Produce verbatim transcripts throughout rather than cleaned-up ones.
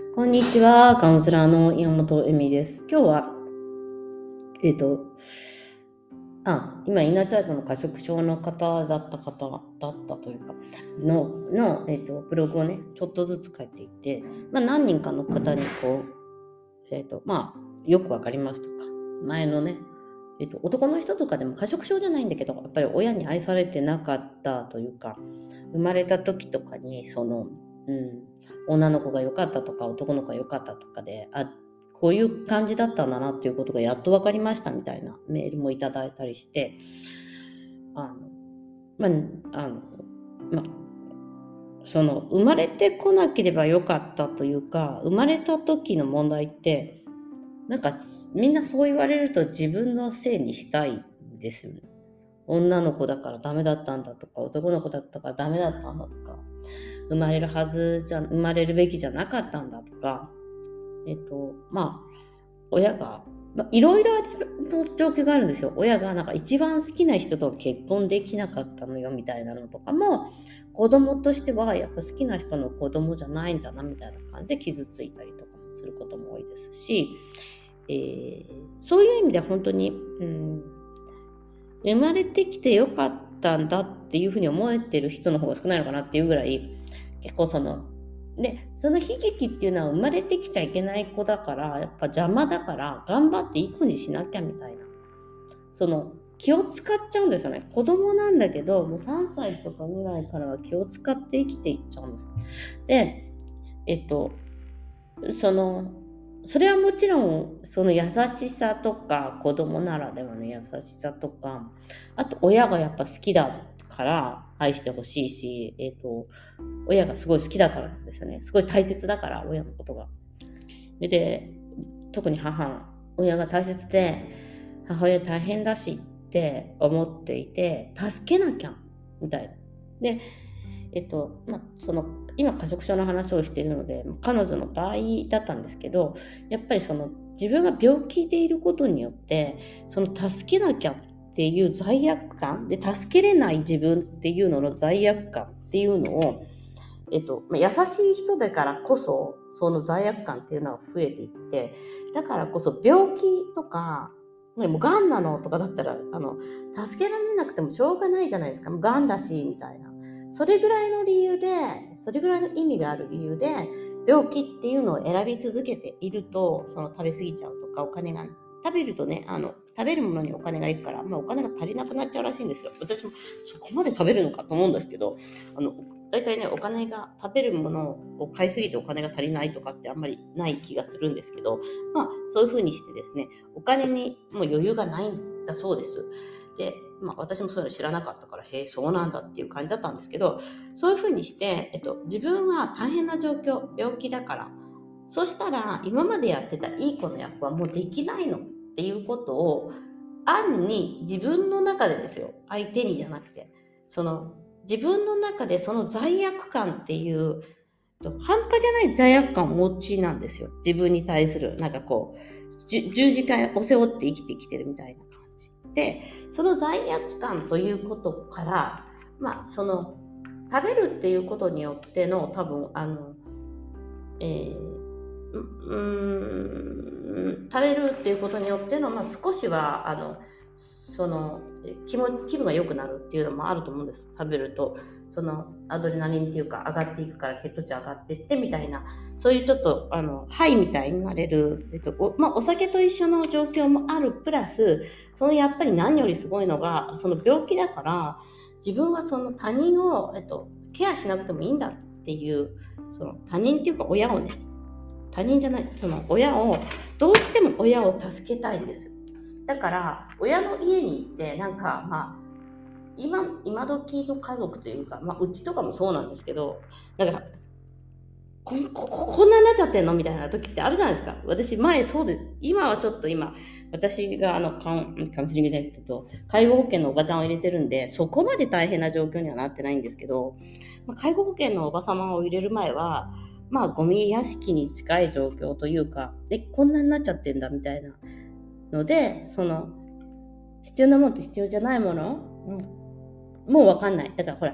こんにちは、カウンセラーの山本恵美です。今日は、えっ、と、あ、今、インナーチャイルドの過食症の方だった方だったというか、の、の、えっ、と、ブログをね、ちょっとずつ書いていて、まあ、何人かの方にこう、えっ、と、まあ、よくわかりますとか、前のね、えっ、と、男の人とかでも過食症じゃないんだけど、やっぱり親に愛されてなかったというか、生まれた時とかに、その、うん、女の子が良かったとか男の子が良かったとかで、あ、こういう感じだったんだなっていうことがやっと分かりましたみたいなメールもいただいたりして、あの、まあ、あの、まあ、その生まれてこなければよかったというか、生まれた時の問題ってなんかみんなそう言われると自分のせいにしたいんですよね。女の子だからダメだったんだとか、男の子だったからダメだったんだとか、生まれるはずじゃ、生まれるべきじゃなかったんだとか、えっと、まあ、親が、まあ、いろいろの状況があるんですよ。親がなんか一番好きな人と結婚できなかったのよみたいなのとかも、子供としてはやっぱ好きな人の子供じゃないんだなみたいな感じで傷ついたりとかもすることも多いですし、えー、そういう意味では本当に、うん、生まれてきてよかったんだっていうふうに思えてる人の方が少ないのかなっていうぐらい、結構そのでその悲劇っていうのは生まれてきちゃいけない子だから、やっぱ邪魔だから頑張っていい子にしなきゃみたいな、その気を使っちゃうんですよね。子供なんだけどもうさんさいとかぐらいからは気を使って生きていっちゃうんです。でえっとそのそれはもちろんその優しさとか、子供ならではの優しさとか、あと親がやっぱ好きだから愛してほしいし、えっと親がすごい好きだからなんですよね。すごい大切だから親のことが。で特に母親が大切で、母親大変だしって思っていて、助けなきゃみたいな。でえっとまあ、その今過食症の話をしているので彼女の場合だったんですけど、やっぱりその自分が病気でいることによってその助けなきゃっていう罪悪感で、助けれない自分っていうのの罪悪感っていうのを、えっとまあ、優しい人だからこそその罪悪感っていうのは増えていって、だからこそ病気とかもうがんなのとかだったらあの助けられなくてもしょうがないじゃないですか。がんだしみたいな、それぐらいの理由で、それぐらいの意味がある理由で病気っていうのを選び続けていると、その食べ過ぎちゃうとか、お金が食べるとね、あの食べるものにお金がいくから、まあ、お金が足りなくなっちゃうらしいんですよ。私もそこまで食べるのかと思うんですけど、あの大体ね、お金が食べるものを買いすぎてお金が足りないとかってあんまりない気がするんですけど、まあそういう風にしてですね、お金にもう余裕がないんだそうです。で、まあ、私もそういうの知らなかったから、へえそうなんだっていう感じだったんですけど、そういう風にして、えっと、自分は大変な状況、病気だから、そしたら今までやってたいい子の役はもうできないのっていうことを暗に自分の中でですよ、相手にじゃなくて、その自分の中でその罪悪感っていう半端じゃない罪悪感をお持ちなんですよ。自分に対するなんかこう十字架を背負って生きてきてるみたいな感じで、その罪悪感ということから、まあその食べるっていうことによっての多分あの、えー、うーん食べるっていうことによっての、まあ、少しはあのその気も気分が良くなるっていうのもあると思うんです。食べるとそのアドレナリンっていうか上がっていくから血糖値上がっていってみたいな、そういうちょっとあのハイみたいになれる、えっとおまあ、お酒と一緒の状況もあるプラス、そのやっぱり何よりすごいのがその病気だから、自分はその他人を、えっと、ケアしなくてもいいんだっていう、その他人っていうか親をね、他人じゃない、その親をどうしても親を助けたいんですよ。だから親の家に行ってなんかまあ今今時の家族というか、まあ、うちとかもそうなんですけど、なんかこここんなになっちゃってんのみたいな時ってあるじゃないですか。私前そうで、今はちょっと今私があのカウンカウンセリングじゃなくてと介護保険のおばちゃんを入れてるんで、そこまで大変な状況にはなってないんですけど、まあ、介護保険のおば様を入れる前はまあゴミ屋敷に近い状況というか、でこんなになっちゃってんだみたいなので、その必要なものと必要じゃないもの、うん、もう分かんない。だからほら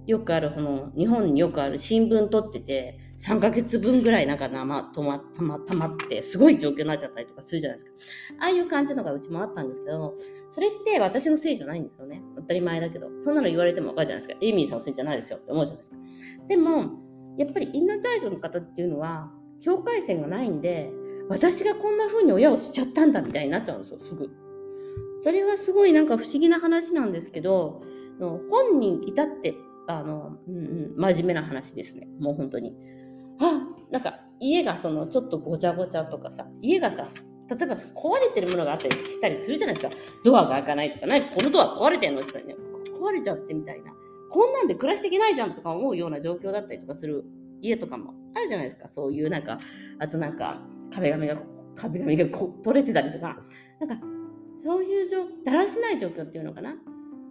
よくあるこの日本によくある新聞取っててさんかげつぶんぐらいなんか生とまたまたまってすごい状況になっちゃったりとかするじゃないですか。ああいう感じのがうちもあったんですけど、それって私のせいじゃないんですよね。当たり前だけど、そんなの言われてもわかるじゃないですか。エイミーさんのせいじゃないですよって思うじゃないですか。でもやっぱりインナーチャイルドの方っていうのは境界線がないんで、私がこんな風に親をしちゃったんだみたいになっちゃうんですよ、すぐ。それはすごいなんか不思議な話なんですけど、本人至ってあの、うんうん、真面目な話ですね。もう本当に。あ、なんか家がそのちょっとごちゃごちゃとかさ、家がさ、例えば壊れてるものがあったりしたりするじゃないですか。ドアが開かないとか、何このドア壊れてんのって言ったらね、壊れちゃってみたいな。こんなんで暮らしていけないじゃんとか思うような状況だったりとかする家とかもあるじゃないですか。そういうなんか、あとなんか壁紙が、壁紙がこ取れてたりとか、なんかそういう状、だらしない状況っていうのかな。うん。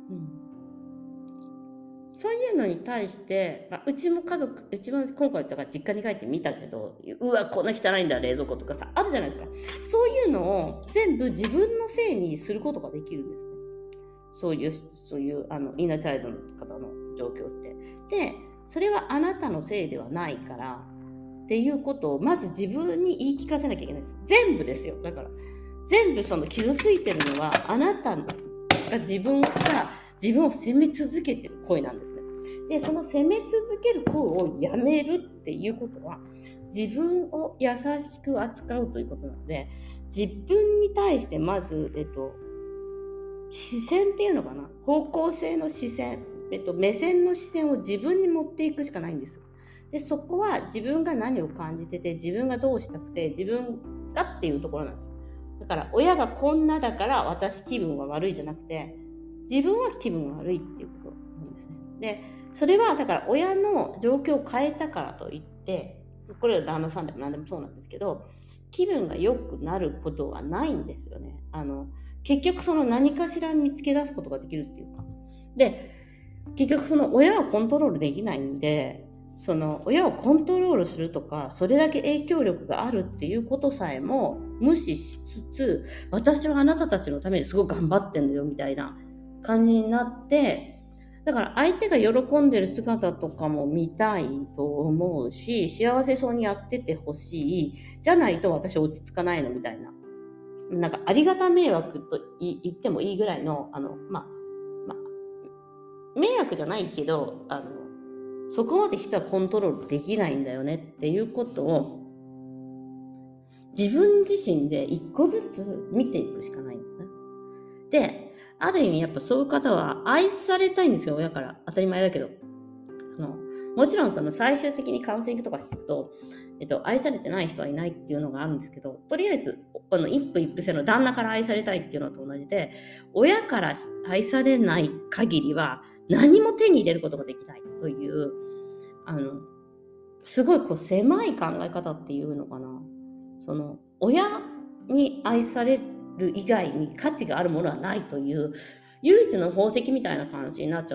そういうのに対して、まあ、うちも家族、うちも今回だから実家に帰ってみたけど、うわ、こんな汚いんだ、冷蔵庫とかさ、あるじゃないですか。そういうのを全部自分のせいにすることができるんですね。そういう、そういうあのインナーチャイルドの方の状況って。で、それはあなたのせいではないからっていうことをまず自分に言い聞かせなきゃいけないです。全部ですよ。だから全部その傷ついてるのはあなたが自分が自分を責め続けてる行為なんですね。で、その責め続ける行為をやめるっていうことは自分を優しく扱うということなので、自分に対してまず、えっと、視線っていうのかな、方向性の視線、えっと、目線の視線を自分に持っていくしかないんです。で、そこは自分が何を感じてて、自分がどうしたくて、自分がっていうところなんです。だから親がこんなだから私気分は悪いじゃなくて、自分は気分が悪いっていうことなんですね。で、それはだから親の状況を変えたからといって、これは旦那さんでも何でもそうなんですけど、気分が良くなることはないんですよね。あの結局その何かしら見つけ出すことができるっていうか。で、結局その親はコントロールできないんで、その親をコントロールするとか、それだけ影響力があるっていうことさえも無視しつつ、私はあなたたちのためにすごい頑張ってんだよみたいな感じになって、だから相手が喜んでる姿とかも見たいと思うし、幸せそうにやっててほしい。じゃないと私落ち着かないのみたいな。なんかありがた迷惑と言ってもいいぐらいの、あの、まあ、まあ、迷惑じゃないけど、あの、そこまで人はコントロールできないんだよねっていうことを自分自身で一個ずつ見ていくしかないんですね。で、ある意味やっぱそういう方は愛されたいんですよ、親から。当たり前だけど。あのもちろんその最終的にカウンセリングとかしていくと、えっと、愛されてない人はいないっていうのがあるんですけど、とりあえずあの一夫一夫制の旦那から愛されたいっていうのと同じで、親から愛されない限りは何も手に入れることができないという、あのすごいこう狭い考え方っていうのかな。その親に愛される以外に価値があるものはないという唯一の宝石みたいな感じになっちゃって、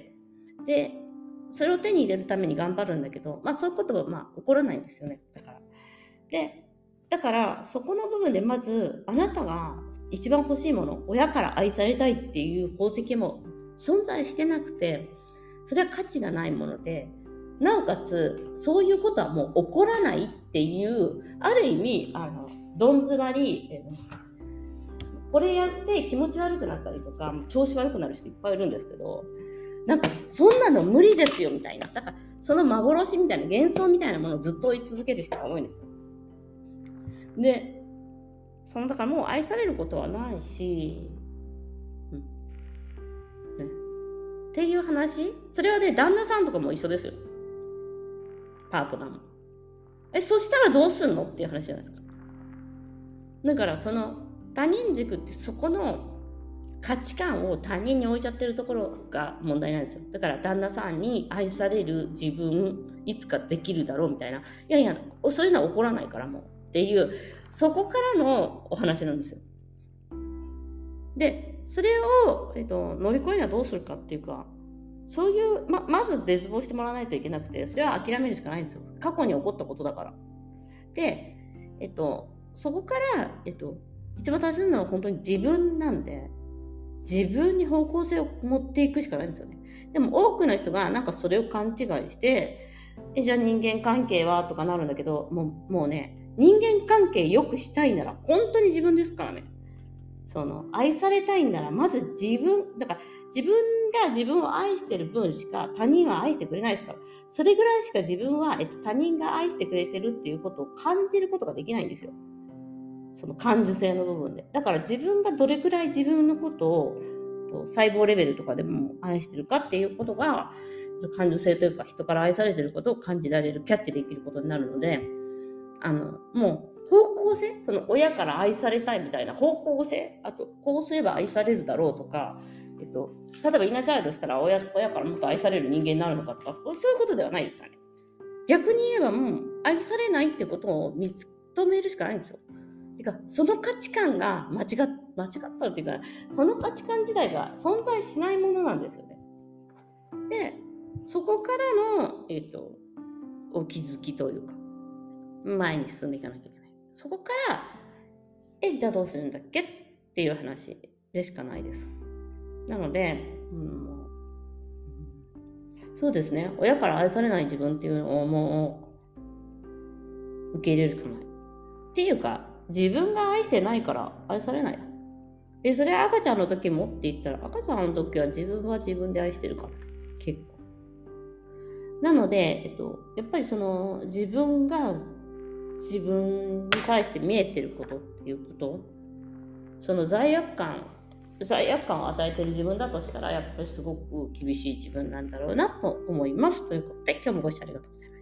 でそれを手に入れるために頑張るんだけど、まあそういうことはまあ起こらないんですよね。だからでだからそこの部分でまずあなたが一番欲しいもの、親から愛されたいっていう宝石も存在してなくて、それは価値がないもので、なおかつそういうことはもう起こらないっていう、ある意味あのどん詰まり、えこれやって気持ち悪くなったりとか調子悪くなる人いっぱいいるんですけど、なんかそんなの無理ですよみたいな、だからその幻みたいな幻想みたいなものをずっと追い続ける人が多いんですよ。で、そのだからもう愛されることはないし、うんね、っていう話。それはね、旦那さんとかも一緒ですよ。パートナーも。え、そしたらどうすんのっていう話じゃないですか。だからその他人軸ってそこの価値観を他人に置いちゃってるところが問題なんですよ。だから旦那さんに愛される自分いつかできるだろうみたいな、いやいやそういうのは起こらないからもうっていう、そこからのお話なんですよ。でそれを、えっと、乗り越えにはどうするかっていうか、そういうままず絶望してもらわないといけなくて、それは諦めるしかないんですよ。過去に起こったことだから。で、えっと、そこから、えっと、一番大切なのは本当に自分なんで、自分に方向性を持っていくしかないんですよね。 でも多くの人がなんかそれを勘違いして、え、じゃあ人間関係はとかなるんだけど、もう、もうね、人間関係良くしたいなら本当に自分ですからね。その愛されたいんならまず自分だから、自分が自分を愛してる分しか他人は愛してくれないですから。それぐらいしか自分は、えっと、他人が愛してくれてるっていうことを感じることができないんですよ。その感受性の部分で。だから自分がどれくらい自分のことを細胞レベルとかでも愛してるかっていうことが、感受性というか人から愛されてることを感じられる、キャッチできることになるので、あのもう方向性、その親から愛されたいみたいな方向性、あとこうすれば愛されるだろうとか、えっと、例えばイナチャイルドしたら 親, 親からもっと愛される人間になるのかとか、そういうことではないですかね。逆に言えばもう愛されないってことを認めるしかないんですよ。てかその価値観が間違っ間違ったっていうか、その価値観自体が存在しないものなんですよね。で、そこからの、えっと、お気づきというか、前に進んでいかなきゃいけない。そこから、え、じゃあどうするんだっけっていう話でしかないです。なので、うん、そうですね、親から愛されない自分っていうのをもう受け入れるしかない。っていうか、自分が愛してないから愛されない。で、それは赤ちゃんの時もって言ったら、赤ちゃんの時は自分は自分で愛してるから、結構。なので、えっと、やっぱりその自分が自分に対して見えてることっていうこと、その罪悪感、罪悪感を与えてる自分だとしたら、やっぱりすごく厳しい自分なんだろうなと思います。ということで、今日もご視聴ありがとうございます。